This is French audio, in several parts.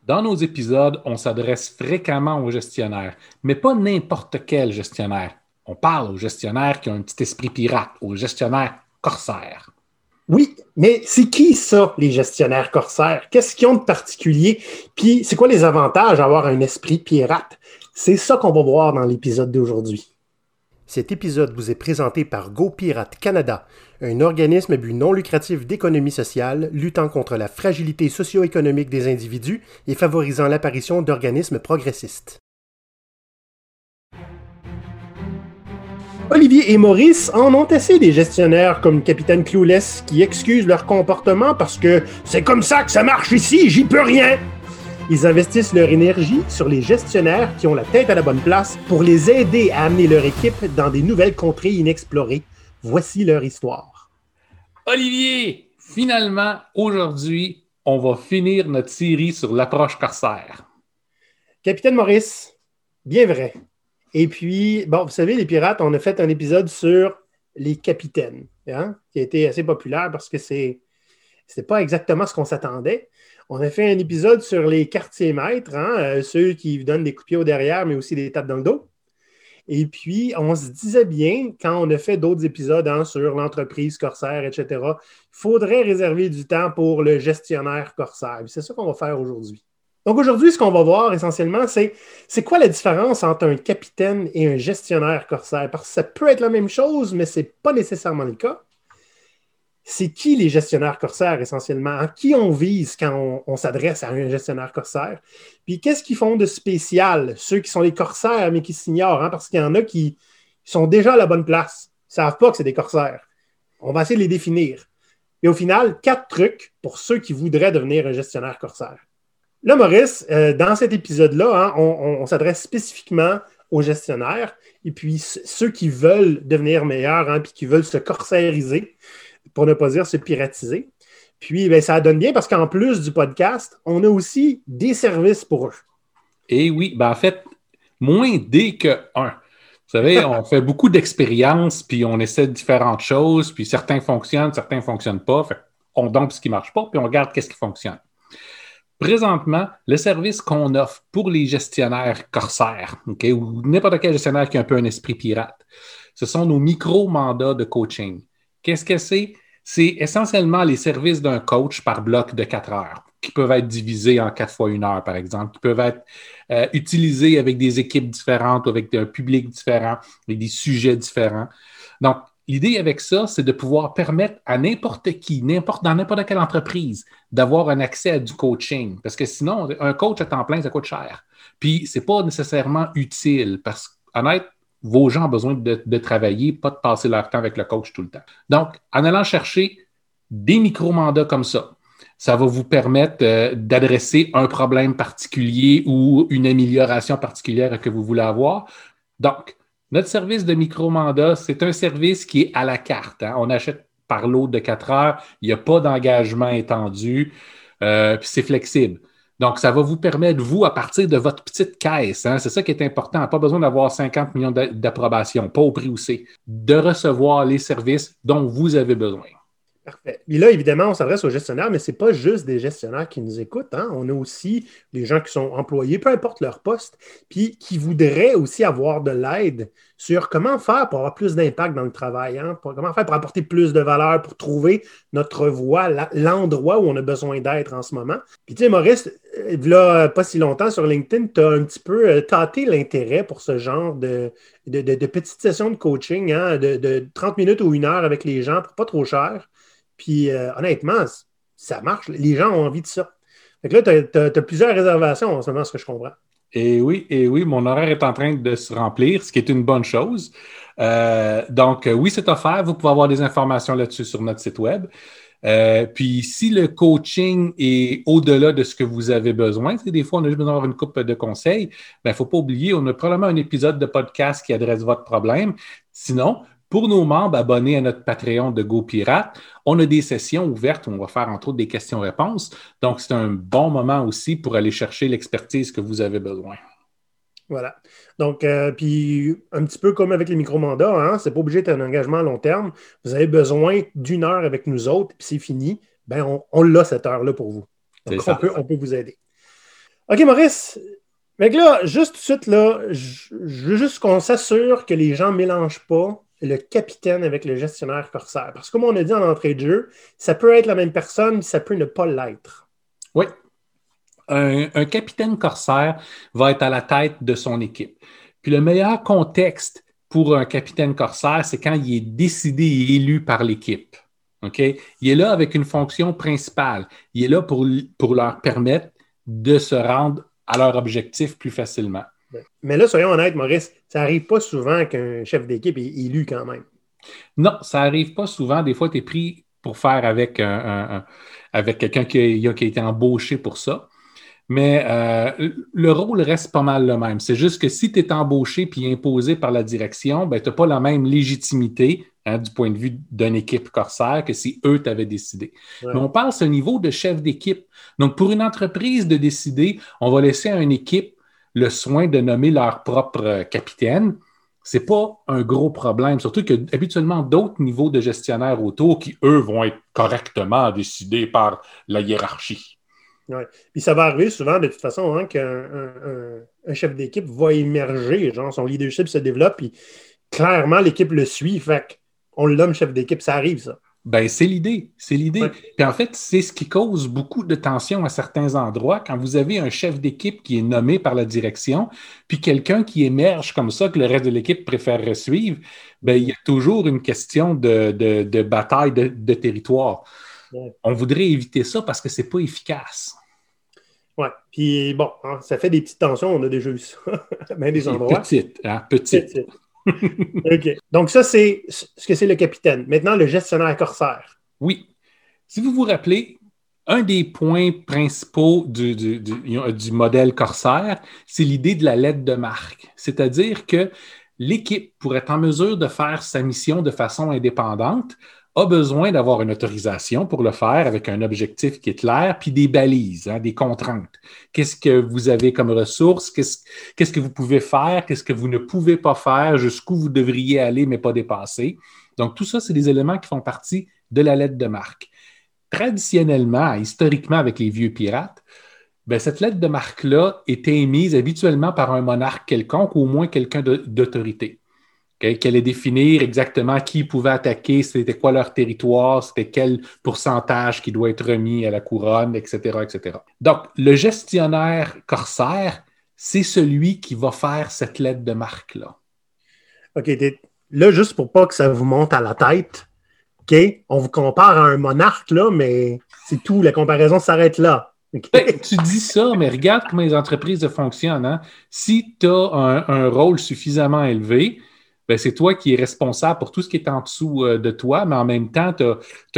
Dans nos épisodes, on s'adresse fréquemment aux gestionnaires, mais pas n'importe quel gestionnaire. On parle aux gestionnaires qui ont un petit esprit pirate, aux gestionnaires corsaires. Oui, mais c'est qui ça, les gestionnaires corsaires? Qu'est-ce qu'ils ont de particulier? Puis, c'est quoi les avantages d'avoir un esprit pirate? C'est ça qu'on va voir dans l'épisode d'aujourd'hui. Cet épisode vous est présenté par GoPirate Canada, un organisme à but non lucratif d'économie sociale luttant contre la fragilité socio-économique des individus et favorisant l'apparition d'organismes progressistes. Olivier et Maurice en ont assez des gestionnaires comme Capitaine Clueless qui excusent leur comportement parce que c'est comme ça que ça marche ici, j'y peux rien. Ils investissent leur énergie sur les gestionnaires qui ont la tête à la bonne place pour les aider à amener leur équipe dans des nouvelles contrées inexplorées. Voici leur histoire. Olivier, finalement, aujourd'hui, on va finir notre série sur l'approche corsaire. Capitaine Maurice, bien vrai. Et puis, bon, vous savez, les pirates, on a fait un épisode sur les capitaines, hein, qui a été assez populaire parce que c'était pas exactement ce qu'on s'attendait. On a fait un épisode sur les quartiers maîtres, hein, ceux qui vous donnent des coups de pied au derrière, mais aussi des tapes dans le dos. Et puis, on se disait bien, quand on a fait d'autres épisodes sur l'entreprise corsaire, etc., il faudrait réserver du temps pour le gestionnaire corsaire. C'est ça qu'on va faire aujourd'hui. Donc aujourd'hui, ce qu'on va voir essentiellement, c'est quoi la différence entre un capitaine et un gestionnaire corsaire? Parce que ça peut être la même chose, mais ce n'est pas nécessairement le cas. C'est qui les gestionnaires corsaires essentiellement? En qui on vise quand on s'adresse à un gestionnaire corsaire? Puis qu'est-ce qu'ils font de spécial, ceux qui sont les corsaires mais qui s'ignorent? Parce qu'il y en a qui sont déjà à la bonne place. Ils ne savent pas que c'est des corsaires. On va essayer de les définir. Et au final, 4 trucs pour ceux qui voudraient devenir un gestionnaire corsaire. Là, Maurice, dans cet épisode-là, on s'adresse spécifiquement aux gestionnaires et puis ceux qui veulent devenir meilleurs puis qui veulent se corsairiser, pour ne pas dire se piratiser. Puis, ça donne bien parce qu'en plus du podcast, on a aussi des services pour eux. Et oui, en fait, moins D que 1. Vous savez, on fait beaucoup d'expériences, puis on essaie différentes choses, puis certains fonctionnent, certains ne fonctionnent pas. Fait on dompe ce qui ne marche pas, puis on regarde qu'est-ce qui fonctionne. Présentement, le service qu'on offre pour les gestionnaires corsaires, okay, ou n'importe quel gestionnaire qui a un peu un esprit pirate, ce sont nos micro-mandats de coaching. Qu'est-ce que c'est? C'est essentiellement les services d'un coach par bloc de 4 heures, qui peuvent être divisés en 4 fois 1 heure, par exemple, qui peuvent être utilisés avec des équipes différentes, avec un public différent, avec des sujets différents. Donc, l'idée avec ça, c'est de pouvoir permettre à n'importe qui, dans n'importe quelle entreprise, d'avoir un accès à du coaching. Parce que sinon, un coach à temps plein, ça coûte cher. Puis, ce n'est pas nécessairement utile parce qu'honnêtement, vos gens ont besoin de travailler, pas de passer leur temps avec le coach tout le temps. Donc, en allant chercher des micro-mandats comme ça va vous permettre d'adresser un problème particulier ou une amélioration particulière que vous voulez avoir. Donc, notre service de micro-mandat, c'est un service qui est à la carte. Hein? On achète par lot de 4 heures. Il n'y a pas d'engagement étendu. Puis c'est flexible. Donc, ça va vous permettre, vous, à partir de votre petite caisse, hein, c'est ça qui est important, pas besoin d'avoir 50 millions d'approbation, pas au prix où c'est, de recevoir les services dont vous avez besoin. Parfait. Et là, évidemment, on s'adresse aux gestionnaires, mais ce n'est pas juste des gestionnaires qui nous écoutent. Hein? On a aussi des gens qui sont employés, peu importe leur poste, puis qui voudraient aussi avoir de l'aide sur comment faire pour avoir plus d'impact dans le travail, hein? Comment faire pour apporter plus de valeur, pour trouver notre voie, l'endroit où on a besoin d'être en ce moment. Puis tu sais, Maurice, là, pas si longtemps sur LinkedIn, tu as un petit peu tâté l'intérêt pour ce genre de petites sessions de coaching, hein? de 30 minutes ou 1 heure avec les gens pour pas trop cher. Puis honnêtement, ça marche. Les gens ont envie de ça. Fait que là, tu as plusieurs réservations en ce moment, ce que je comprends. Et oui, mon horaire est en train de se remplir, ce qui est une bonne chose. Donc, oui, c'est offert. Vous pouvez avoir des informations là-dessus sur notre site web. Puis, si le coaching est au-delà de ce que vous avez besoin, des fois, on a juste besoin d'avoir une coupe de conseils, il ne faut pas oublier, on a probablement un épisode de podcast qui adresse votre problème. Sinon, pour nos membres abonnés à notre Patreon de GoPirate, on a des sessions ouvertes où on va faire entre autres des questions-réponses. Donc, c'est un bon moment aussi pour aller chercher l'expertise que vous avez besoin. Voilà. Donc, puis un petit peu comme avec les micro-mandats, hein, c'est pas obligé d'être un engagement à long terme. Vous avez besoin d'1 heure avec nous autres, puis c'est fini. Ben, on l'a cette heure-là pour vous. Donc, on peut vous aider. OK, Maurice. Mais là, juste tout de suite, là, je veux juste qu'on s'assure que les gens ne mélangent pas le capitaine avec le gestionnaire corsaire. Parce que comme on a dit en entrée de jeu, ça peut être la même personne, ça peut ne pas l'être. Oui. Un capitaine corsaire va être à la tête de son équipe. Puis le meilleur contexte pour un capitaine corsaire, c'est quand il est décidé et élu par l'équipe. OK? Il est là avec une fonction principale. Il est là pour leur permettre de se rendre à leur objectif plus facilement. Mais là, soyons honnêtes, Maurice, ça n'arrive pas souvent qu'un chef d'équipe est élu quand même. Non, ça n'arrive pas souvent. Des fois, tu es pris pour faire avec, avec quelqu'un qui a été embauché pour ça. Mais le rôle reste pas mal le même. C'est juste que si tu es embauché puis imposé par la direction, ben, tu n'as pas la même légitimité du point de vue d'une équipe corsaire que si eux t'avaient décidé. Ouais. Mais on parle à ce niveau de chef d'équipe. Donc, pour une entreprise de décider, on va laisser à une équipe le soin de nommer leur propre capitaine. C'est pas un gros problème, surtout que habituellement d'autres niveaux de gestionnaires autour qui, eux, vont être correctement décidés par la hiérarchie. Ouais. Puis ça va arriver souvent, de toute façon, hein, qu'un chef d'équipe va émerger, genre son leadership se développe, puis clairement, l'équipe le suit, fait qu'on le nomme chef d'équipe, ça arrive, ça. Ben, c'est l'idée, c'est l'idée. Ouais. Puis en fait, c'est ce qui cause beaucoup de tension à certains endroits quand vous avez un chef d'équipe qui est nommé par la direction, puis quelqu'un qui émerge comme ça, que le reste de l'équipe préférerait suivre, ben, il y a toujours une question de bataille de territoire. Ouais. On voudrait éviter ça parce que c'est pas efficace. Ouais. Puis bon, hein, ça fait des petites tensions, on a déjà eu ça à bien des endroits. Petite, hein, petite. OK. Donc, ça, c'est ce que c'est le capitaine. Maintenant, le gestionnaire corsaire. Oui. Si vous vous rappelez, un des points principaux du modèle corsaire, c'est l'idée de la lettre de marque. C'est-à-dire que l'équipe, pour être en mesure de faire sa mission de façon indépendante, a besoin d'avoir une autorisation pour le faire avec un objectif qui est clair, puis des balises, hein, des contraintes. Qu'est-ce que vous avez comme ressources? Qu'est-ce que vous pouvez faire? Qu'est-ce que vous ne pouvez pas faire? Jusqu'où vous devriez aller, mais pas dépasser? Donc, tout ça, c'est des éléments qui font partie de la lettre de marque. Traditionnellement, historiquement, avec les vieux pirates, ben, cette lettre de marque-là était émise habituellement par un monarque quelconque ou au moins quelqu'un d'autorité. Okay? Qu'elle allait définir exactement qui pouvait attaquer, c'était quoi leur territoire, c'était quel pourcentage qui doit être remis à la couronne, etc., etc. Donc, le gestionnaire corsaire, c'est celui qui va faire cette lettre de marque-là. OK. Là, juste pour pas que ça vous monte à la tête, OK, on vous compare à un monarque, là, mais c'est tout. La comparaison s'arrête là. Okay. Ben, tu dis ça, mais regarde comment les entreprises fonctionnent. Hein? Si tu as un rôle suffisamment élevé, ben, c'est toi qui es responsable pour tout ce qui est en dessous de toi, mais en même temps, tu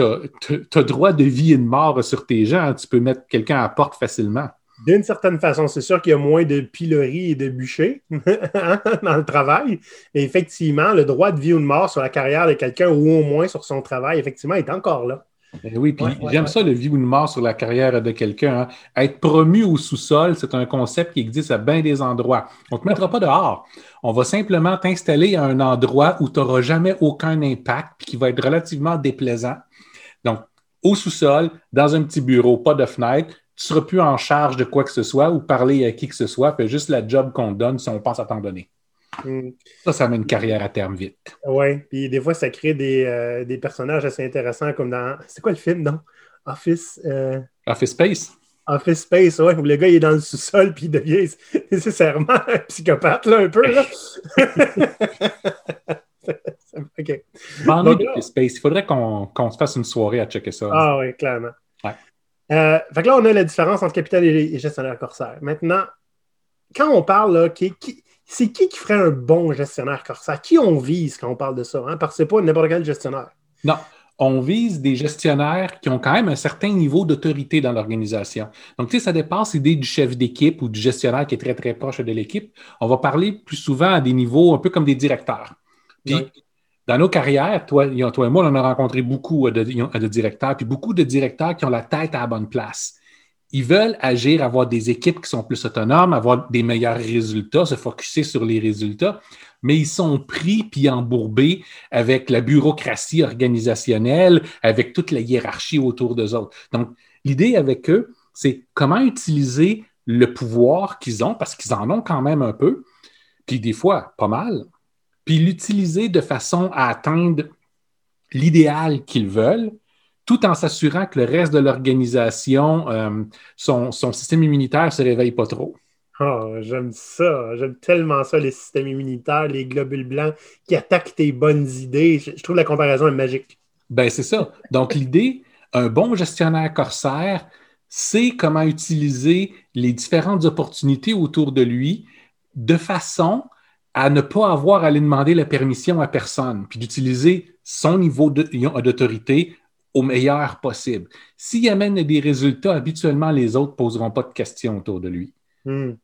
as droit de vie et de mort sur tes gens. Hein? Tu peux mettre quelqu'un à la porte facilement. D'une certaine façon, c'est sûr qu'il y a moins de pilori et de bûchers dans le travail, mais effectivement, le droit de vie ou de mort sur la carrière de quelqu'un ou au moins sur son travail, effectivement, est encore là. Ben oui, puis j'aime ça, le vie ou de mort sur la carrière de quelqu'un. Hein. Être promu au sous-sol, c'est un concept qui existe à bien des endroits. On ne te mettra pas dehors. On va simplement t'installer à un endroit où tu n'auras jamais aucun impact puis qui va être relativement déplaisant. Donc, au sous-sol, dans un petit bureau, pas de fenêtre, tu ne seras plus en charge de quoi que ce soit ou parler à qui que ce soit, fais juste la job qu'on te donne si on pense à t'en donner. Ça met une carrière à terme vite. Oui, puis des fois, ça crée des personnages assez intéressants comme dans... C'est quoi le film, non? Office Space? Office Space, oui, où le gars il est dans le sous-sol puis il devient nécessairement un psychopathe, là, un peu, là. OK. Office Space, il faudrait qu'on se fasse une soirée à checker ça. Ah oui, clairement. Ouais. Fait que là, on a la différence entre capitaine et gestionnaire corsaire. Maintenant, quand on parle, là, c'est qui ferait un bon gestionnaire corsaire? Qui on vise quand on parle de ça? Hein? Parce que c'est pas n'importe quel gestionnaire. Non, on vise des gestionnaires qui ont quand même un certain niveau d'autorité dans l'organisation. Donc, tu sais, ça dépasse l'idée du chef d'équipe ou du gestionnaire qui est très, très proche de l'équipe. On va parler plus souvent à des niveaux un peu comme des directeurs. Puis, dans nos carrières, toi et moi, on a rencontré beaucoup de directeurs, puis beaucoup de directeurs qui ont la tête à la bonne place. Ils veulent agir, avoir des équipes qui sont plus autonomes, avoir des meilleurs résultats, se focusser sur les résultats, mais ils sont pris puis embourbés avec la bureaucratie organisationnelle, avec toute la hiérarchie autour d'eux autres. Donc, l'idée avec eux, c'est comment utiliser le pouvoir qu'ils ont, parce qu'ils en ont quand même un peu, puis des fois pas mal, puis l'utiliser de façon à atteindre l'idéal qu'ils veulent, tout en s'assurant que le reste de l'organisation, son système immunitaire ne se réveille pas trop. Oh, j'aime ça. J'aime tellement ça, les systèmes immunitaires, les globules blancs qui attaquent tes bonnes idées. Je trouve la comparaison est magique. Ben, c'est ça. Donc, l'idée, un bon gestionnaire corsaire sait comment utiliser les différentes opportunités autour de lui de façon à ne pas avoir à aller demander la permission à personne, puis d'utiliser son niveau d'autorité au meilleur possible. S'il amène des résultats, habituellement, les autres ne poseront pas de questions autour de lui. Oui,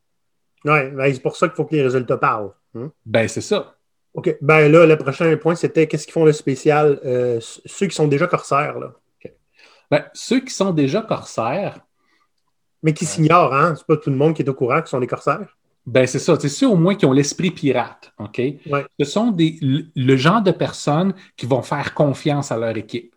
ben, c'est pour ça qu'il faut que les résultats parlent. Ben, c'est ça. OK. Ben là, le prochain point, c'était qu'est-ce qu'ils font de spécial? Ceux qui sont déjà corsaires, là. Ben, ceux qui sont déjà corsaires, Mais qui s'ignorent, hein? C'est pas tout le monde qui est au courant qu'ils sont des corsaires. ben c'est ça. C'est ceux au moins qui ont l'esprit pirate. OK? Ouais. Ce sont le genre de personnes qui vont faire confiance à leur équipe,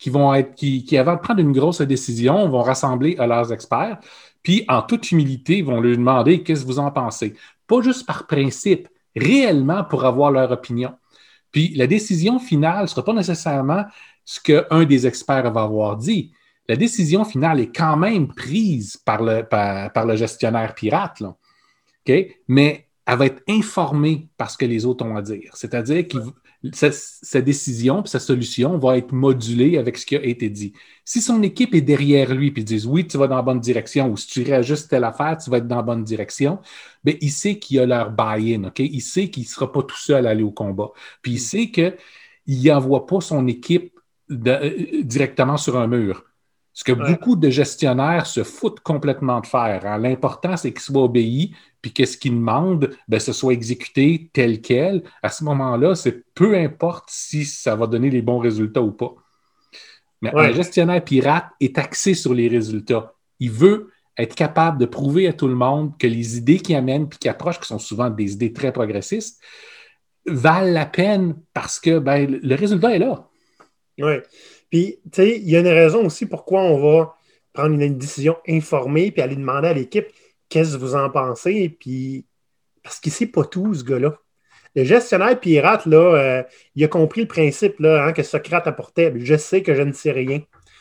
qui avant de prendre une grosse décision, vont rassembler à leurs experts, puis en toute humilité, vont leur demander qu'est-ce que vous en pensez. Pas juste par principe, réellement pour avoir leur opinion. Puis la décision finale ne sera pas nécessairement ce qu'un des experts va avoir dit. La décision finale est quand même prise par le gestionnaire pirate, là. Okay? Mais elle va être informée par ce que les autres ont à dire. C'est-à-dire que sa décision et sa solution va être modulée avec ce qui a été dit. Si son équipe est derrière lui et dit oui, tu vas dans la bonne direction, ou si tu réajustes telle affaire, tu vas être dans la bonne direction, bien, il sait qu'il a leur buy-in. Okay? Il sait qu'il ne sera pas tout seul à aller au combat. Puis il sait qu'il n'envoie pas son équipe directement sur un mur. Ce que beaucoup de gestionnaires se foutent complètement de faire. Hein. L'important, c'est qu'il soit obéi, puis que ce qu'il demande, ben, ce soit exécuté tel quel. À ce moment-là, c'est peu importe si ça va donner les bons résultats ou pas. Mais un gestionnaire pirate est axé sur les résultats. Il veut être capable de prouver à tout le monde que les idées qu'il amène puis qu'il approche, qui sont souvent des idées très progressistes, valent la peine parce que ben, le résultat est là. Oui. Puis, tu sais, il y a une raison aussi pourquoi on va prendre une décision informée puis aller demander à l'équipe qu'est-ce que vous en pensez. Puis, parce qu'il ne sait pas tout, ce gars-là. Le gestionnaire pirate, là, il a compris le principe là, hein, que Socrate apportait. Je sais que je ne sais rien.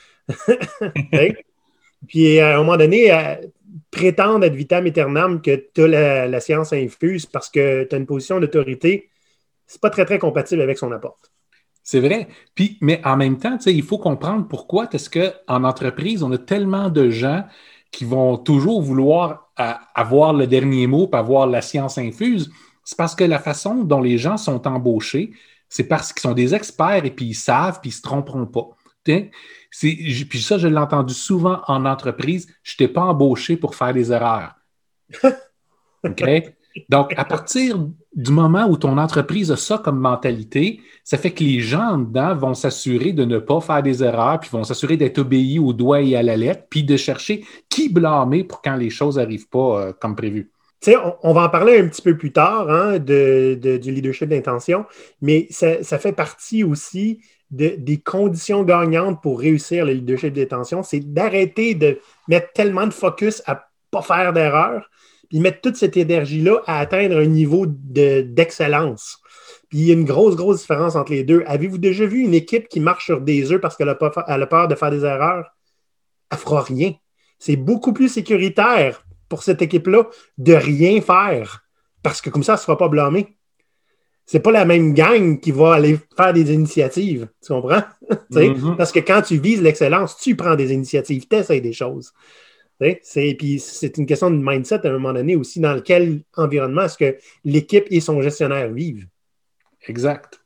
Puis, à un moment donné, prétendre ad vitam aeternam que tu as la science infuse parce que tu as une position d'autorité, c'est pas très, très compatible avec son apport. C'est vrai. Puis, mais en même temps, il faut comprendre pourquoi est-ce qu'en entreprise, on a tellement de gens qui vont toujours vouloir avoir le dernier mot et avoir la science infuse. C'est parce que la façon dont les gens sont embauchés, c'est parce qu'ils sont des experts et puis ils savent puis ils ne se tromperont pas. Puis ça, je l'ai entendu souvent en entreprise. Je ne t'ai pas embauché pour faire des erreurs. OK? Donc, à partir du moment où ton entreprise a ça comme mentalité, ça fait que les gens dedans vont s'assurer de ne pas faire des erreurs, puis vont s'assurer d'être obéis au doigt et à la lettre, puis de chercher qui blâmer pour quand les choses n'arrivent pas comme prévu. Tu sais, on va en parler un petit peu plus tard hein, du leadership d'intention, mais ça fait partie aussi des conditions gagnantes pour réussir le leadership d'intention, c'est d'arrêter de mettre tellement de focus à ne pas faire d'erreurs, puis mettre toute cette énergie-là à atteindre un niveau d'excellence. Puis il y a une grosse, grosse différence entre les deux. Avez-vous déjà vu une équipe qui marche sur des œufs parce qu'elle a peur de faire des erreurs? Elle ne fera rien. C'est beaucoup plus sécuritaire pour cette équipe-là de rien faire parce que comme ça, elle ne sera pas blâmée. C'est pas la même gang qui va aller faire des initiatives. Tu comprends? Mm-hmm. Parce que quand tu vises l'excellence, tu prends des initiatives, tu essaies des choses. Puis c'est une question de mindset à un moment donné aussi dans quel environnement est-ce que l'équipe et son gestionnaire vivent. Exact.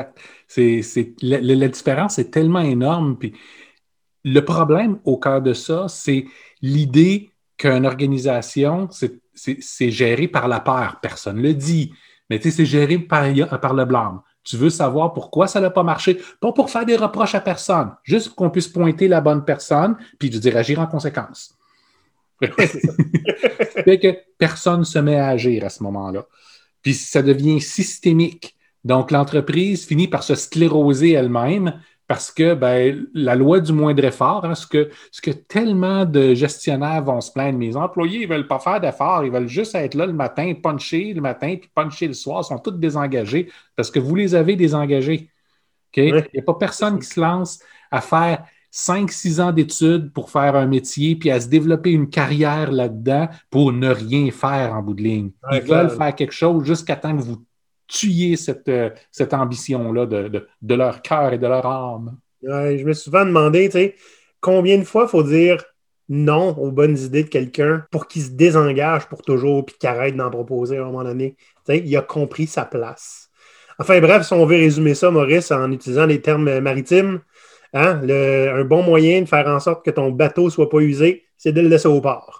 La différence est tellement énorme. Puis le problème au cœur de ça, c'est l'idée qu'une organisation, c'est géré par la peur. Personne ne le dit. Mais c'est géré par le blâme. Tu veux savoir pourquoi ça n'a pas marché, pas pour faire des reproches à personne, juste pour qu'on puisse pointer la bonne personne, puis je veux dire, agir en conséquence. Fait que personne ne se met à agir à ce moment-là. Puis ça devient systémique. Donc, l'entreprise finit par se scléroser elle-même Parce que la loi du moindre effort, hein, ce que tellement de gestionnaires vont se plaindre, mes employés, ils ne veulent pas faire d'efforts, ils veulent juste être là le matin, puncher le matin, puis puncher le soir, ils sont tous désengagés parce que vous les avez désengagés. Okay? Ouais. Il n'y a pas personne qui se lance à faire 5-6 ans d'études pour faire un métier puis à se développer une carrière là-dedans pour ne rien faire en bout de ligne. Ils veulent faire quelque chose jusqu'à temps que vous tuiez cette ambition-là de leur cœur et de leur âme. Ouais, je me suis souvent demandé, tu sais, combien de fois il faut dire non aux bonnes idées de quelqu'un pour qu'il se désengage pour toujours puis qu'il arrête d'en proposer à un moment donné. Tu sais, il a compris sa place. Enfin bref, si on veut résumer ça, Maurice, en utilisant les termes maritimes, hein, un bon moyen de faire en sorte que ton bateau ne soit pas usé, c'est de le laisser au port.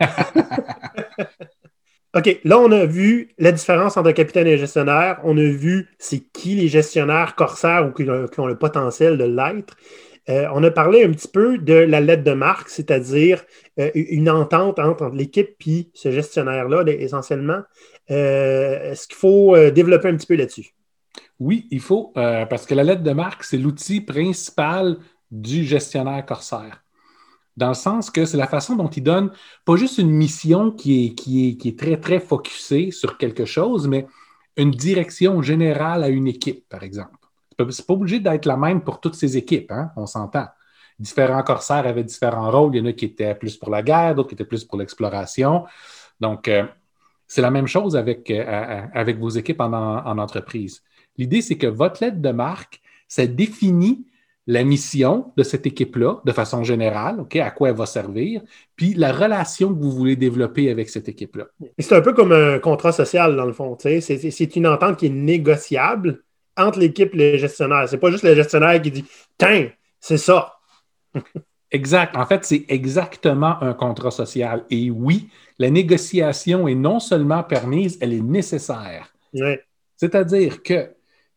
OK, là, on a vu la différence entre capitaine et gestionnaire. On a vu c'est qui les gestionnaires corsaires ou qui ont le potentiel de l'être. On a parlé un petit peu de la lettre de marque, c'est-à-dire une entente entre l'équipe et ce gestionnaire-là, essentiellement. Est-ce qu'il faut développer un petit peu là-dessus? Oui, il faut, parce que la lettre de marque, c'est l'outil principal du gestionnaire corsaire. Dans le sens que c'est la façon dont il donne pas juste une mission qui est très, très focusée sur quelque chose, mais une direction générale à une équipe, par exemple. C'est pas obligé d'être la même pour toutes ces équipes, hein? On s'entend. Différents corsaires avaient différents rôles. Il y en a qui étaient plus pour la guerre, d'autres qui étaient plus pour l'exploration. Donc, c'est la même chose avec vos équipes en entreprise. L'idée, c'est que votre lettre de marque, ça définit la mission de cette équipe-là, de façon générale, OK, à quoi elle va servir, puis la relation que vous voulez développer avec cette équipe-là. C'est un peu comme un contrat social, dans le fond. C'est une entente qui est négociable entre l'équipe et le gestionnaire. C'est pas juste le gestionnaire qui dit « Tiens, c'est ça! » Exact. En fait, c'est exactement un contrat social. Et oui, la négociation est non seulement permise, elle est nécessaire. Ouais. C'est-à-dire que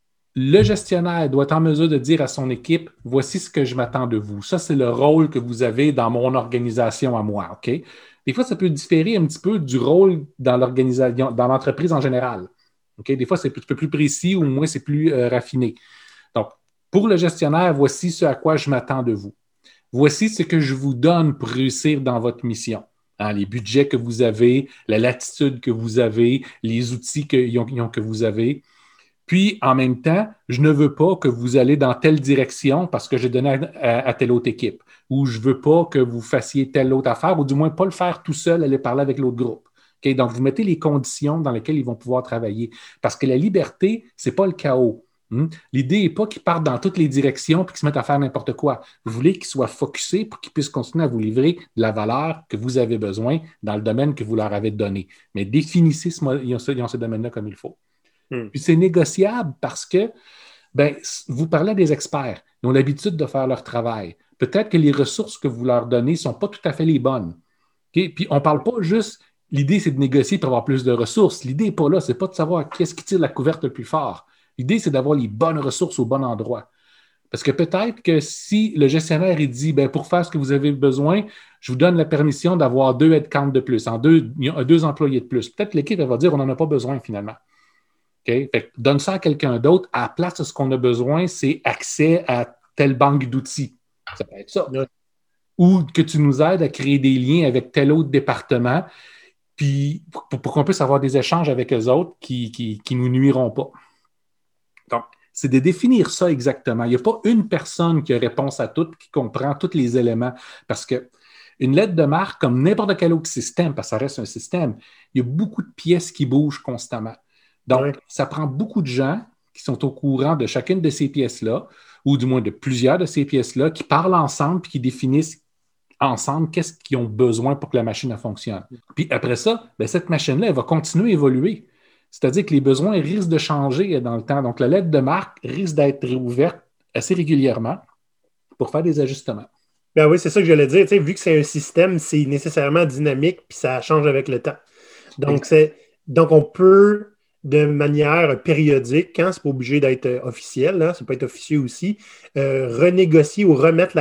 le gestionnaire doit être en mesure de dire à son équipe, voici ce que je m'attends de vous. Ça, c'est le rôle que vous avez dans mon organisation à moi. OK? Des fois, ça peut différer un petit peu du rôle dans l'organisation, dans l'entreprise en général. OK? Des fois, c'est un petit peu plus précis ou moins c'est plus raffiné. Donc, pour le gestionnaire, voici ce à quoi je m'attends de vous. Voici ce que je vous donne pour réussir dans votre mission. Hein, les budgets que vous avez, la latitude que vous avez, les outils que vous avez. Puis, en même temps, je ne veux pas que vous allez dans telle direction parce que j'ai donné à telle autre équipe. Ou je ne veux pas que vous fassiez telle autre affaire, ou du moins pas le faire tout seul, aller parler avec l'autre groupe. Okay? Donc, vous mettez les conditions dans lesquelles ils vont pouvoir travailler. Parce que la liberté, ce n'est pas le chaos. L'idée n'est pas qu'ils partent dans toutes les directions et qu'ils se mettent à faire n'importe quoi. Vous voulez qu'ils soient focusés pour qu'ils puissent continuer à vous livrer de la valeur que vous avez besoin dans le domaine que vous leur avez donné. Mais définissez ce domaine-là comme il faut. Puis c'est négociable parce que vous parlez à des experts. Ils ont l'habitude de faire leur travail. Peut-être que les ressources que vous leur donnez ne sont pas tout à fait les bonnes. Okay? Puis on ne parle pas juste, l'idée c'est de négocier pour avoir plus de ressources. L'idée n'est pas là, ce n'est pas de savoir qui est-ce qui tire la couverte le plus fort. L'idée, c'est d'avoir les bonnes ressources au bon endroit. Parce que peut-être que si le gestionnaire il dit pour faire ce que vous avez besoin, je vous donne la permission d'avoir 2 headcounts de plus, deux employés de plus. Peut-être que l'équipe elle va dire on n'en a pas besoin finalement. Okay? Fait que donne ça à quelqu'un d'autre. À la place de ce qu'on a besoin, c'est accès à telle banque d'outils. Ça peut être ça. Ou que tu nous aides à créer des liens avec tel autre département, puis pour qu'on puisse avoir des échanges avec eux autres qui nous nuiront pas. Donc, c'est de définir ça exactement. Il n'y a pas une personne qui a réponse à tout, qui comprend tous les éléments. Parce qu'une lettre de marque, comme n'importe quel autre système, parce que ça reste un système, il y a beaucoup de pièces qui bougent constamment. Donc, ça prend beaucoup de gens qui sont au courant de chacune de ces pièces-là, ou du moins de plusieurs de ces pièces-là, qui parlent ensemble et qui définissent ensemble qu'est-ce qu'ils ont besoin pour que la machine fonctionne. Puis après ça, cette machine-là, elle va continuer à évoluer. C'est-à-dire que les besoins risquent de changer dans le temps. Donc, la lettre de marque risque d'être réouverte assez régulièrement pour faire des ajustements. Ben oui, c'est ça que j'allais dire. Tu sais, vu que c'est un système, c'est nécessairement dynamique puis ça change avec le temps. Donc on peut, de manière périodique, quand c'est pas obligé d'être officiel, hein, ça peut être officieux aussi, renégocier ou remettre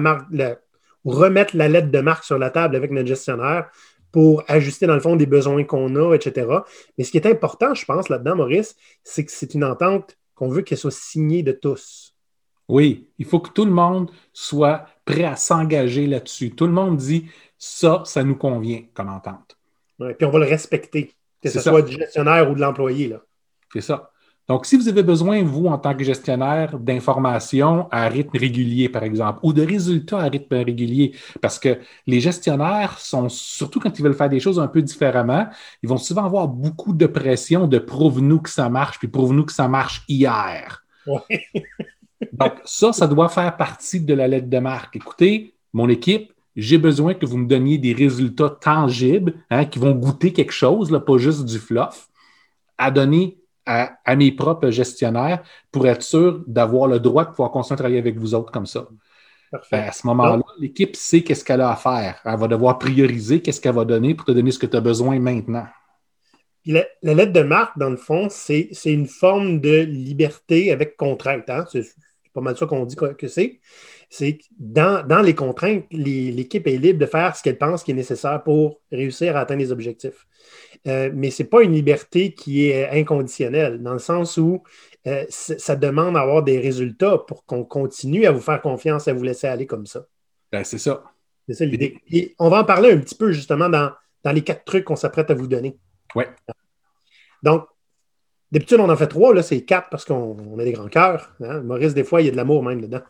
remettre la lettre de marque sur la table avec notre gestionnaire pour ajuster, dans le fond, des besoins qu'on a, etc. Mais ce qui est important, je pense, là-dedans, Maurice, c'est que c'est une entente qu'on veut qu'elle soit signée de tous. Oui, il faut que tout le monde soit prêt à s'engager là-dessus. Tout le monde dit ça, ça nous convient comme entente. Ouais, puis on va le respecter, que C'est ce soit ça. du gestionnaire ou de l'employé, là. C'est ça. Donc, si vous avez besoin, vous, en tant que gestionnaire, d'informations à rythme régulier, par exemple, ou de résultats à rythme régulier, parce que les gestionnaires sont, surtout quand ils veulent faire des choses un peu différemment, ils vont souvent avoir beaucoup de pression de prouve-nous que ça marche, puis prouve-nous que ça marche hier. Ouais. Donc, ça doit faire partie de la lettre de marque. Écoutez, mon équipe, j'ai besoin que vous me donniez des résultats tangibles, hein, qui vont goûter quelque chose, là, pas juste du fluff, à donner à mes propres gestionnaires pour être sûr d'avoir le droit de pouvoir continuer à travailler avec vous autres comme ça. Parfait. À ce moment-là, Donc, l'équipe sait qu'est-ce qu'elle a à faire. Elle va devoir prioriser qu'est-ce qu'elle va donner pour te donner ce que tu as besoin maintenant. puis la lettre de marque, dans le fond, c'est une forme de liberté avec contrainte. Hein? C'est pas mal ça qu'on dit que c'est. C'est que dans les contraintes, l'équipe est libre de faire ce qu'elle pense qui est nécessaire pour réussir à atteindre les objectifs. Mais ce n'est pas une liberté qui est inconditionnelle, dans le sens où ça demande d'avoir des résultats pour qu'on continue à vous faire confiance, à vous laisser aller comme ça. Ben, c'est ça. C'est ça l'idée. Et on va en parler un petit peu justement dans les 4 trucs qu'on s'apprête à vous donner. Ouais. Donc, d'habitude, on en fait 3, là, c'est 4 parce qu'on a des grands cœurs. Hein? Maurice, des fois, il y a de l'amour même dedans.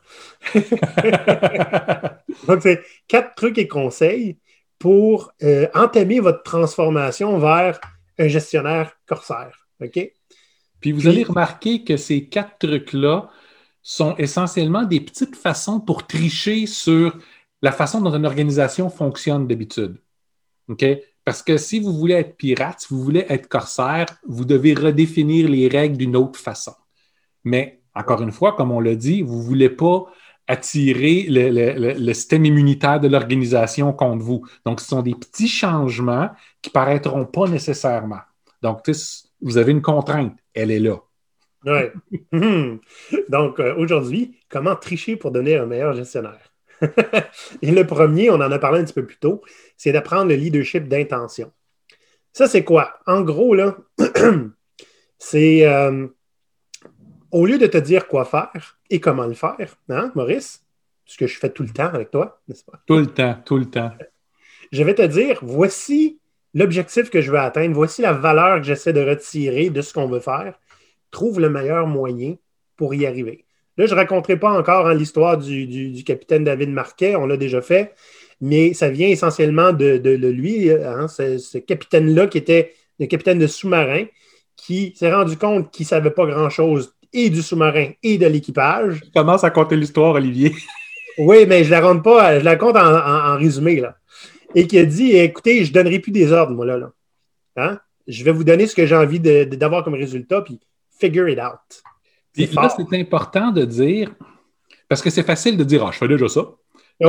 Donc, c'est 4 trucs et conseils pour entamer votre transformation vers un gestionnaire corsaire. OK? Puis vous allez remarquer que ces 4 trucs-là sont essentiellement des petites façons pour tricher sur la façon dont une organisation fonctionne d'habitude. OK? Parce que si vous voulez être pirate, si vous voulez être corsaire, vous devez redéfinir les règles d'une autre façon. Mais encore une fois, comme on l'a dit, vous ne voulez pas attirer le système immunitaire de l'organisation contre vous. Donc, ce sont des petits changements qui ne paraîtront pas nécessairement. Donc, vous avez une contrainte, elle est là. Ouais. Donc, aujourd'hui, comment tricher pour devenir un meilleur gestionnaire? Et le premier, on en a parlé un petit peu plus tôt, c'est d'apprendre le leadership d'intention. Ça, c'est quoi? En gros, là, c'est au lieu de te dire quoi faire et comment le faire, hein, Maurice? Ce que je fais tout le temps avec toi, n'est-ce pas? Tout le temps, tout le temps. Je vais te dire, voici l'objectif que je veux atteindre, voici la valeur que j'essaie de retirer de ce qu'on veut faire. Trouve le meilleur moyen pour y arriver. Là, je ne raconterai pas encore l'histoire du capitaine David Marquet, on l'a déjà fait, mais ça vient essentiellement de lui, hein, ce capitaine-là qui était le capitaine de sous-marin, qui s'est rendu compte qu'il ne savait pas grand-chose et du sous-marin et de l'équipage. Je commence à compter l'histoire, Olivier. Oui, mais je la raconte pas, je la compte en résumé, là. Et qui a dit, écoutez, je ne donnerai plus des ordres, moi, là. Hein? Je vais vous donner ce que j'ai envie d'avoir comme résultat, puis figure it out. Puis là, c'est important de dire, parce que c'est facile de dire, ah, je fais déjà ça.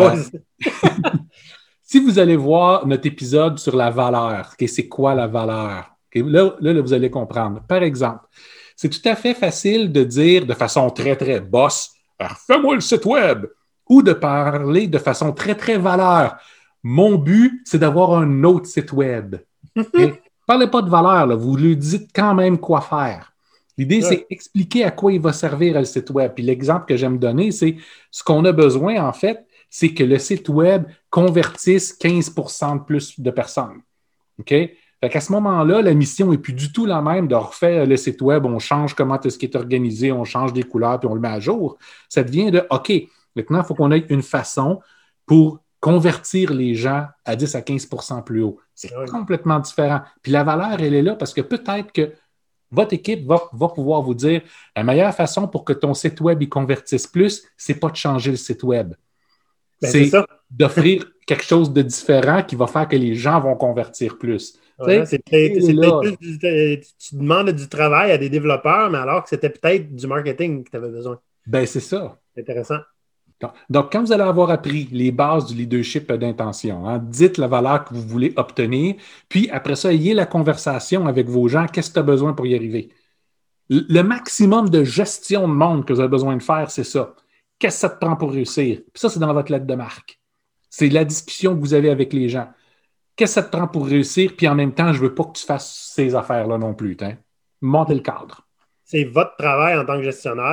Si vous allez voir notre épisode sur la valeur, okay, c'est quoi la valeur? Okay, là, vous allez comprendre. Par exemple, c'est tout à fait facile de dire de façon très, très boss, fais-moi le site web, ou de parler de façon très, très valeur. Mon but, c'est d'avoir un autre site web. Okay? Parlez pas de valeur, là, vous lui dites quand même quoi faire. L'idée, c'est expliquer à quoi il va servir le site web. Puis l'exemple que j'aime donner, c'est ce qu'on a besoin, en fait, c'est que le site web convertisse 15% de plus de personnes. OK? Fait qu'à ce moment-là, la mission n'est plus du tout la même de refaire le site web, on change comment est-ce qu'il est organisé, on change des couleurs, puis on le met à jour. Ça devient de, OK, maintenant, il faut qu'on ait une façon pour convertir les gens à 10 à 15% plus haut. C'est complètement différent. Puis la valeur, elle est là parce que peut-être que votre équipe va pouvoir vous dire la meilleure façon pour que ton site web y convertisse plus, c'est pas de changer le site web. Ben, c'est d'offrir quelque chose de différent qui va faire que les gens vont convertir plus. Ouais, tu demandes du travail à des développeurs, mais alors que c'était peut-être du marketing que tu avais besoin. Ben, c'est ça. Intéressant. Donc, quand vous allez avoir appris les bases du leadership d'intention, hein, dites la valeur que vous voulez obtenir, puis après ça, ayez la conversation avec vos gens. Qu'est-ce que tu as besoin pour y arriver? Le maximum de gestion de monde que vous avez besoin de faire, c'est ça. Qu'est-ce que ça te prend pour réussir? Puis ça, c'est dans votre lettre de marque. C'est la discussion que vous avez avec les gens. Qu'est-ce que ça te prend pour réussir? Puis en même temps, je ne veux pas que tu fasses ces affaires-là non plus. Hein? Montez le cadre. C'est votre travail en tant que gestionnaire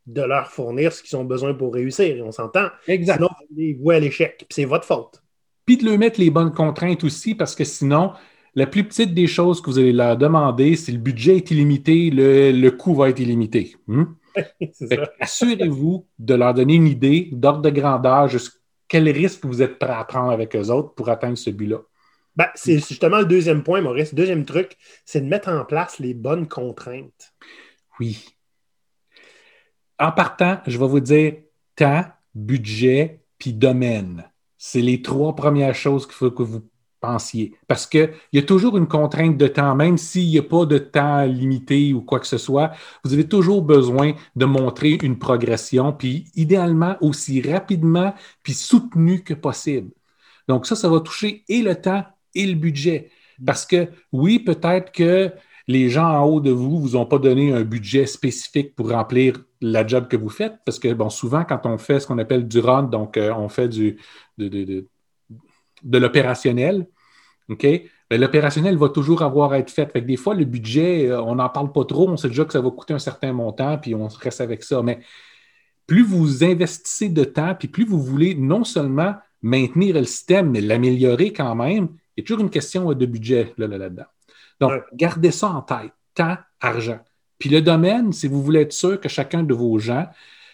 de leur fournir ce qu'ils ont besoin pour réussir. On s'entend. Exact. Sinon, vous les vouez à l'échec. Puis c'est votre faute. Puis de leur mettre les bonnes contraintes aussi, parce que sinon, la plus petite des choses que vous allez leur demander, si le budget est illimité, le coût va être illimité. C'est ça. Assurez-vous de leur donner une idée d'ordre de grandeur, quel risque vous êtes prêt à prendre avec eux autres pour atteindre ce but-là. Ben, c'est justement le deuxième point, Maurice. Deuxième truc, c'est de mettre en place les bonnes contraintes. Oui. En partant, je vais vous dire temps, budget, puis domaine. C'est les 3 premières choses qu'il faut que vous pensiez. Parce qu'il y a toujours une contrainte de temps, même s'il n'y a pas de temps limité ou quoi que ce soit, vous avez toujours besoin de montrer une progression, puis idéalement aussi rapidement, puis soutenu que possible. Donc ça va toucher et le temps et le budget. Parce que oui, peut-être que les gens en haut de vous vous ont pas donné un budget spécifique pour remplir la job que vous faites, parce que bon, souvent, quand on fait ce qu'on appelle du run, donc on fait de l'opérationnel, OK? Ben, l'opérationnel va toujours avoir à être fait. Fait que des fois, le budget, on n'en parle pas trop, on sait déjà que ça va coûter un certain montant, puis on reste avec ça. Mais plus vous investissez de temps, puis plus vous voulez non seulement maintenir le système, mais l'améliorer quand même, il y a toujours une question de budget là-dedans. Donc, gardez ça en tête. Temps, argent. Puis le domaine, si vous voulez être sûr que chacun de vos gens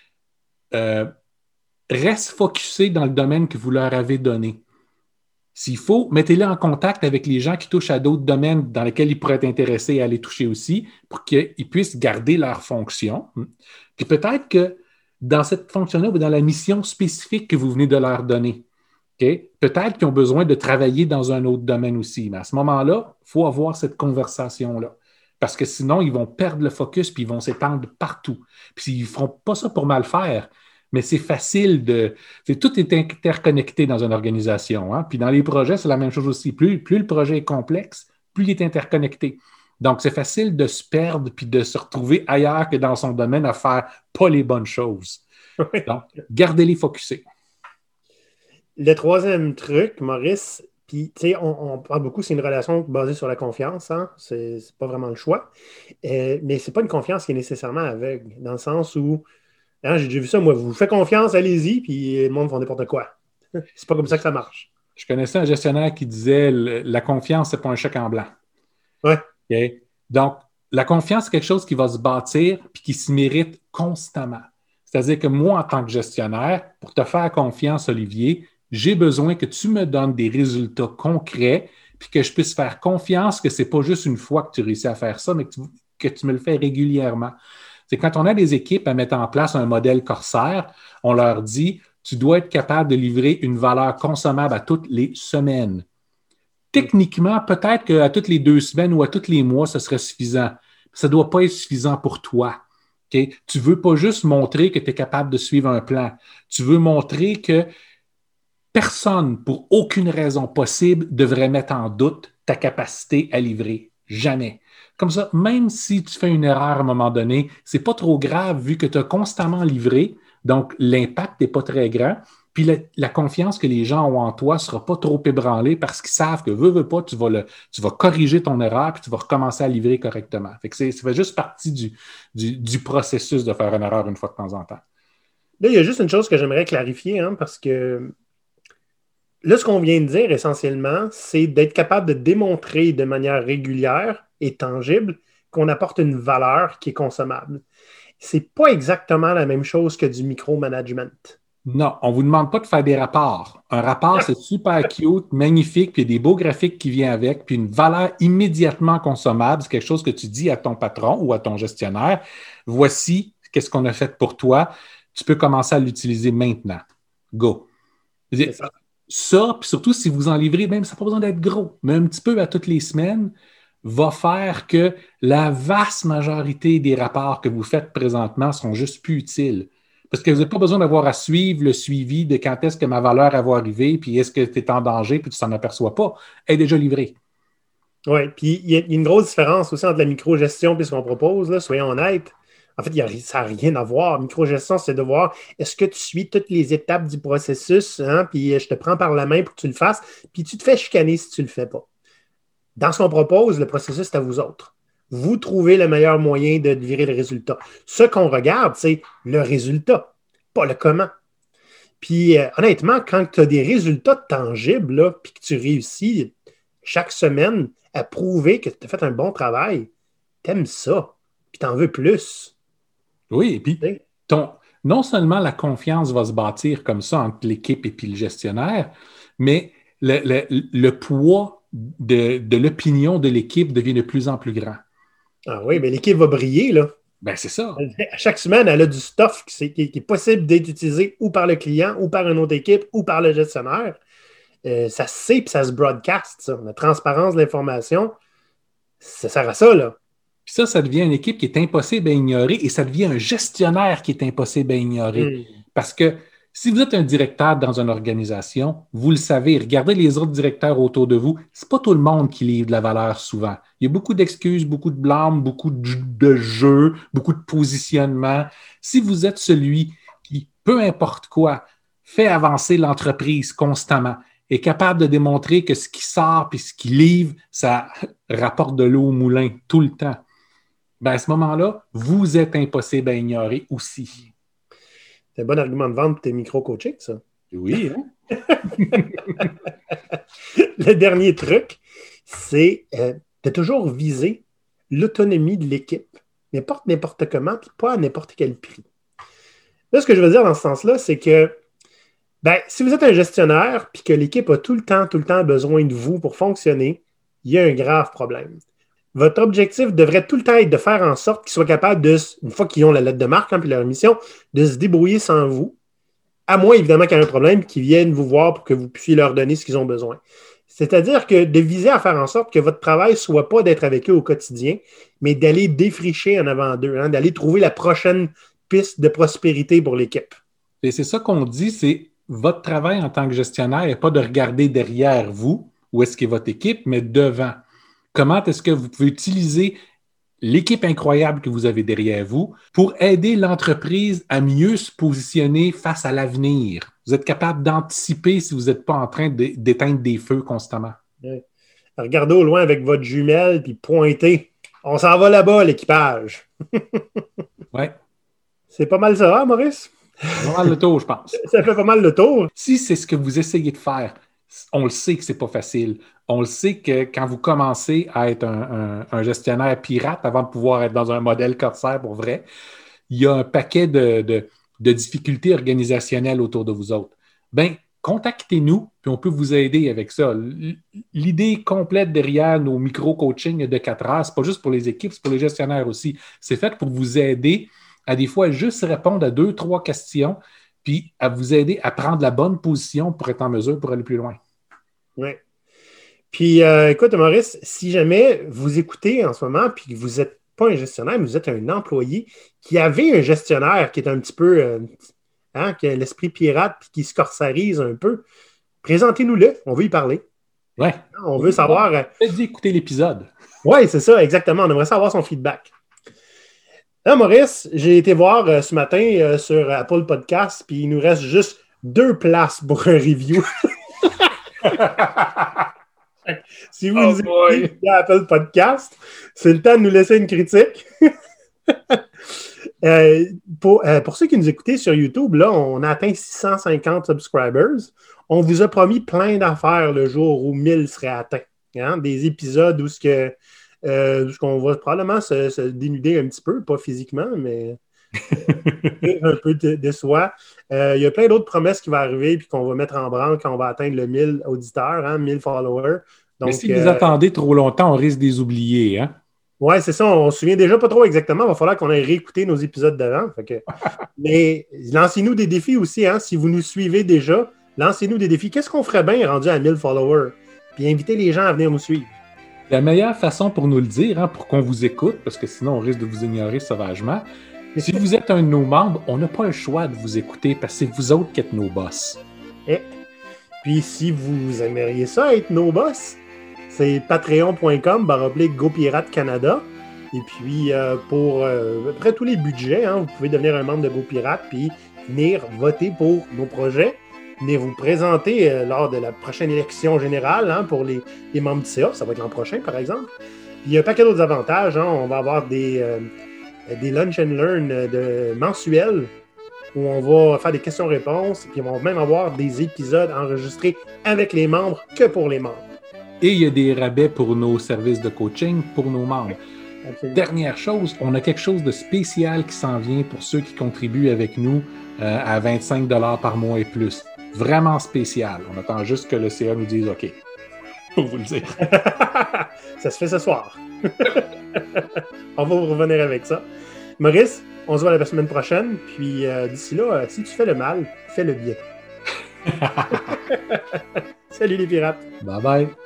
reste focusé dans le domaine que vous leur avez donné. S'il faut, mettez-les en contact avec les gens qui touchent à d'autres domaines dans lesquels ils pourraient être intéressés à aller toucher aussi pour qu'ils puissent garder leur fonction. Puis peut-être que dans cette fonction-là ou dans la mission spécifique que vous venez de leur donner, okay, peut-être qu'ils ont besoin de travailler dans un autre domaine aussi. Mais à ce moment-là, il faut avoir cette conversation-là. Parce que sinon, ils vont perdre le focus puis ils vont s'étendre partout. Puis ils ne feront pas ça pour mal faire. Mais c'est facile tout est interconnecté dans une organisation. Hein? Puis dans les projets, c'est la même chose aussi. Plus le projet est complexe, plus il est interconnecté. Donc, c'est facile de se perdre puis de se retrouver ailleurs que dans son domaine à faire pas les bonnes choses. Donc, gardez-les focusés. Le troisième truc, Maurice, puis tu sais, on parle beaucoup, c'est une relation basée sur la confiance. Hein? C'est pas vraiment le choix. Mais c'est pas une confiance qui est nécessairement aveugle, dans le sens où hein, j'ai déjà vu ça, moi, vous faites confiance, allez-y, puis le monde fait n'importe quoi. C'est pas comme ça que ça marche. Je connaissais un gestionnaire qui disait la confiance, c'est pas un chèque en blanc. Ouais. Okay? Donc, la confiance, c'est quelque chose qui va se bâtir puis qui se mérite constamment. C'est-à-dire que moi, en tant que gestionnaire, pour te faire confiance, Olivier, j'ai besoin que tu me donnes des résultats concrets puis que je puisse faire confiance que ce n'est pas juste une fois que tu réussis à faire ça, mais que tu me le fais régulièrement. C'est quand on a des équipes à mettre en place un modèle Corsair, on leur dit tu dois être capable de livrer une valeur consommable à toutes les semaines. Techniquement, peut-être qu'à toutes les 2 semaines ou à tous les mois, ce serait suffisant. Ça ne doit pas être suffisant pour toi. Okay? Tu ne veux pas juste montrer que tu es capable de suivre un plan. Tu veux montrer que personne, pour aucune raison possible, devrait mettre en doute ta capacité à livrer. Jamais. Comme ça, même si tu fais une erreur à un moment donné, c'est pas trop grave vu que tu as constamment livré, donc l'impact n'est pas très grand. Puis la confiance que les gens ont en toi ne sera pas trop ébranlée parce qu'ils savent que veux pas, tu vas corriger ton erreur puis tu vas recommencer à livrer correctement. Fait que ça fait juste partie du processus de faire une erreur une fois de temps en temps. Là, il y a juste une chose que j'aimerais clarifier, hein, parce que là, ce qu'on vient de dire essentiellement, c'est d'être capable de démontrer de manière régulière et tangible qu'on apporte une valeur qui est consommable. C'est pas exactement la même chose que du micromanagement. Non, on ne vous demande pas de faire des rapports. Un rapport, c'est super cute, magnifique, puis il y a des beaux graphiques qui viennent avec, puis une valeur immédiatement consommable. C'est quelque chose que tu dis à ton patron ou à ton gestionnaire. Voici qu'est-ce qu'on a fait pour toi. Tu peux commencer à l'utiliser maintenant. Go. C'est ça. Ça, puis surtout si vous en livrez, même ça n'a pas besoin d'être gros, mais un petit peu à toutes les semaines, va faire que la vaste majorité des rapports que vous faites présentement sont juste plus utiles. Parce que vous n'avez pas besoin d'avoir à suivre le suivi de quand est-ce que ma valeur va arriver, puis est-ce que tu es en danger, puis tu ne t'en aperçois pas. Elle est déjà livrée. Oui, puis il y a une grosse différence aussi entre la microgestion et ce qu'on propose, là, soyons honnêtes. En fait, ça n'a rien à voir. Microgestion, c'est de voir est-ce que tu suis toutes les étapes du processus, hein, puis je te prends par la main pour que tu le fasses, puis tu te fais chicaner si tu ne le fais pas. Dans ce qu'on propose, le processus, c'est à vous autres. vous trouvez le meilleur moyen de virer le résultat. Ce qu'on regarde, c'est le résultat, pas le comment. Puis honnêtement, quand tu as des résultats tangibles, là, puis que tu réussis chaque semaine à prouver que tu as fait un bon travail, t'aimes ça, puis t'en veux plus. Oui, et puis non seulement la confiance va se bâtir comme ça entre l'équipe et puis le gestionnaire, mais le poids de l'opinion de l'équipe devient de plus en plus grand. Ah oui, mais l'équipe va briller, là. Ben, c'est ça. À chaque semaine, elle a du stuff qui est possible d'être utilisé ou par le client, ou par une autre équipe, ou par le gestionnaire. Ça se sait, puis ça se broadcast, ça. La transparence de l'information, ça sert à ça, là. Puis ça devient une équipe qui est impossible à ignorer et ça devient un gestionnaire qui est impossible à ignorer. Parce que si vous êtes un directeur dans une organisation, vous le savez, regardez les autres directeurs autour de vous, c'est pas tout le monde qui livre de la valeur souvent. Il y a beaucoup d'excuses, beaucoup de blâmes, beaucoup de jeux, beaucoup de positionnement. Si vous êtes celui qui, peu importe quoi, fait avancer l'entreprise constamment, est capable de démontrer que ce qui sort puis ce qui livre, ça rapporte de l'eau au moulin tout le temps. Ben à ce moment-là, vous êtes impossible à ignorer aussi. C'est un bon argument de vente pour tes micro-coachings, ça. Oui. Hein? Le dernier truc, c'est de toujours viser l'autonomie de l'équipe. N'importe comment, puis pas à n'importe quel prix. Là, ce que je veux dire dans ce sens-là, c'est que si vous êtes un gestionnaire puis que l'équipe a tout le temps besoin de vous pour fonctionner, il y a un grave problème. Votre objectif devrait tout le temps être de faire en sorte qu'ils soient capables de, une fois qu'ils ont la lettre de marque puis leur mission, de se débrouiller sans vous, à moins évidemment qu'il y ait un problème, qu'ils viennent vous voir pour que vous puissiez leur donner ce qu'ils ont besoin. C'est-à-dire que de viser à faire en sorte que votre travail ne soit pas d'être avec eux au quotidien, mais d'aller défricher en avant d'eux, hein, d'aller trouver la prochaine piste de prospérité pour l'équipe. Et c'est ça qu'on dit, c'est votre travail en tant que gestionnaire n'est pas de regarder derrière vous, où est-ce qu'est votre équipe, mais devant. Comment est-ce que vous pouvez utiliser l'équipe incroyable que vous avez derrière vous pour aider l'entreprise à mieux se positionner face à l'avenir? Vous êtes capable d'anticiper si vous n'êtes pas en train d'éteindre des feux constamment. Oui. Regardez au loin avec votre jumelle puis pointez. On s'en va là-bas, l'équipage. Oui. C'est pas mal ça, hein, Maurice? Pas mal le tour, je pense. Ça fait pas mal le tour. Si c'est ce que vous essayez de faire, on le sait que c'est pas facile. On le sait que quand vous commencez à être un gestionnaire pirate avant de pouvoir être dans un modèle corsaire pour vrai, il y a un paquet de difficultés organisationnelles autour de vous autres. Bien, contactez-nous, puis on peut vous aider avec ça. L'idée complète derrière nos micro-coachings de 4 heures, c'est pas juste pour les équipes, c'est pour les gestionnaires aussi. C'est fait pour vous aider à des fois juste répondre à 2-3 questions, puis à vous aider à prendre la bonne position pour être en mesure pour aller plus loin. Oui. Puis, écoute, Maurice, si jamais vous écoutez en ce moment, puis que vous n'êtes pas un gestionnaire, mais vous êtes un employé qui avait un gestionnaire qui est un petit peu, qui a l'esprit pirate, puis qui se corsarise un peu, présentez-nous-le, on veut y parler. Oui. On veut savoir... Faites-y écouter l'épisode. Oui, c'est ça, exactement. On aimerait savoir son feedback. Là, Maurice, j'ai été voir ce matin sur Apple Podcast, puis il nous reste juste 2 places pour un review. Si vous nous écoutez via Apple Podcast, c'est le temps de nous laisser une critique. Pour ceux qui nous écoutaient sur YouTube, là, on a atteint 650 subscribers. On vous a promis plein d'affaires le jour où 1000 seraient atteints. Hein? Des épisodes où on va probablement se dénuder un petit peu, pas physiquement, mais un peu de soi. Il y a plein d'autres promesses qui vont arriver puis qu'on va mettre en branle quand on va atteindre le 1000 auditeurs, hein, 1000 followers. Donc, mais si vous attendez trop longtemps, on risque de les oublier. Hein? Oui, c'est ça. On ne se souvient déjà pas trop exactement. Il va falloir qu'on aille réécouter nos épisodes d'avant. Mais lancez-nous des défis aussi. Hein, si vous nous suivez déjà, lancez-nous des défis. Qu'est-ce qu'on ferait bien rendu à 1000 followers? Puis invitez les gens à venir nous suivre. La meilleure façon pour nous le dire, hein, pour qu'on vous écoute, parce que sinon on risque de vous ignorer sauvagement, si vous êtes un de nos membres, on n'a pas le choix de vous écouter parce que c'est vous autres qui êtes nos boss. Et puis si vous aimeriez ça, être nos boss, c'est patreon.com/GoPirate Canada. Et puis pour à peu près tous les budgets, hein, vous pouvez devenir un membre de GoPirate puis venir voter pour nos projets. Venez vous présenter lors de la prochaine élection générale, hein, pour les membres du CA. Ça va être l'an prochain, par exemple. Il y a un paquet d'autres avantages. Hein. On va avoir des lunch and learn mensuels où on va faire des questions-réponses, puis on va même avoir des épisodes enregistrés avec les membres que pour les membres. Et il y a des rabais pour nos services de coaching pour nos membres. Absolument. Dernière chose, on a quelque chose de spécial qui s'en vient pour ceux qui contribuent avec nous à 25 $ par mois et plus. Vraiment spécial. On attend juste que le CA nous dise OK. Pour vous le dire. Ça se fait ce soir. On va vous revenir avec ça. Maurice, on se voit la semaine prochaine. Puis d'ici là, si tu fais le mal, fais le bien. Salut les pirates. Bye bye.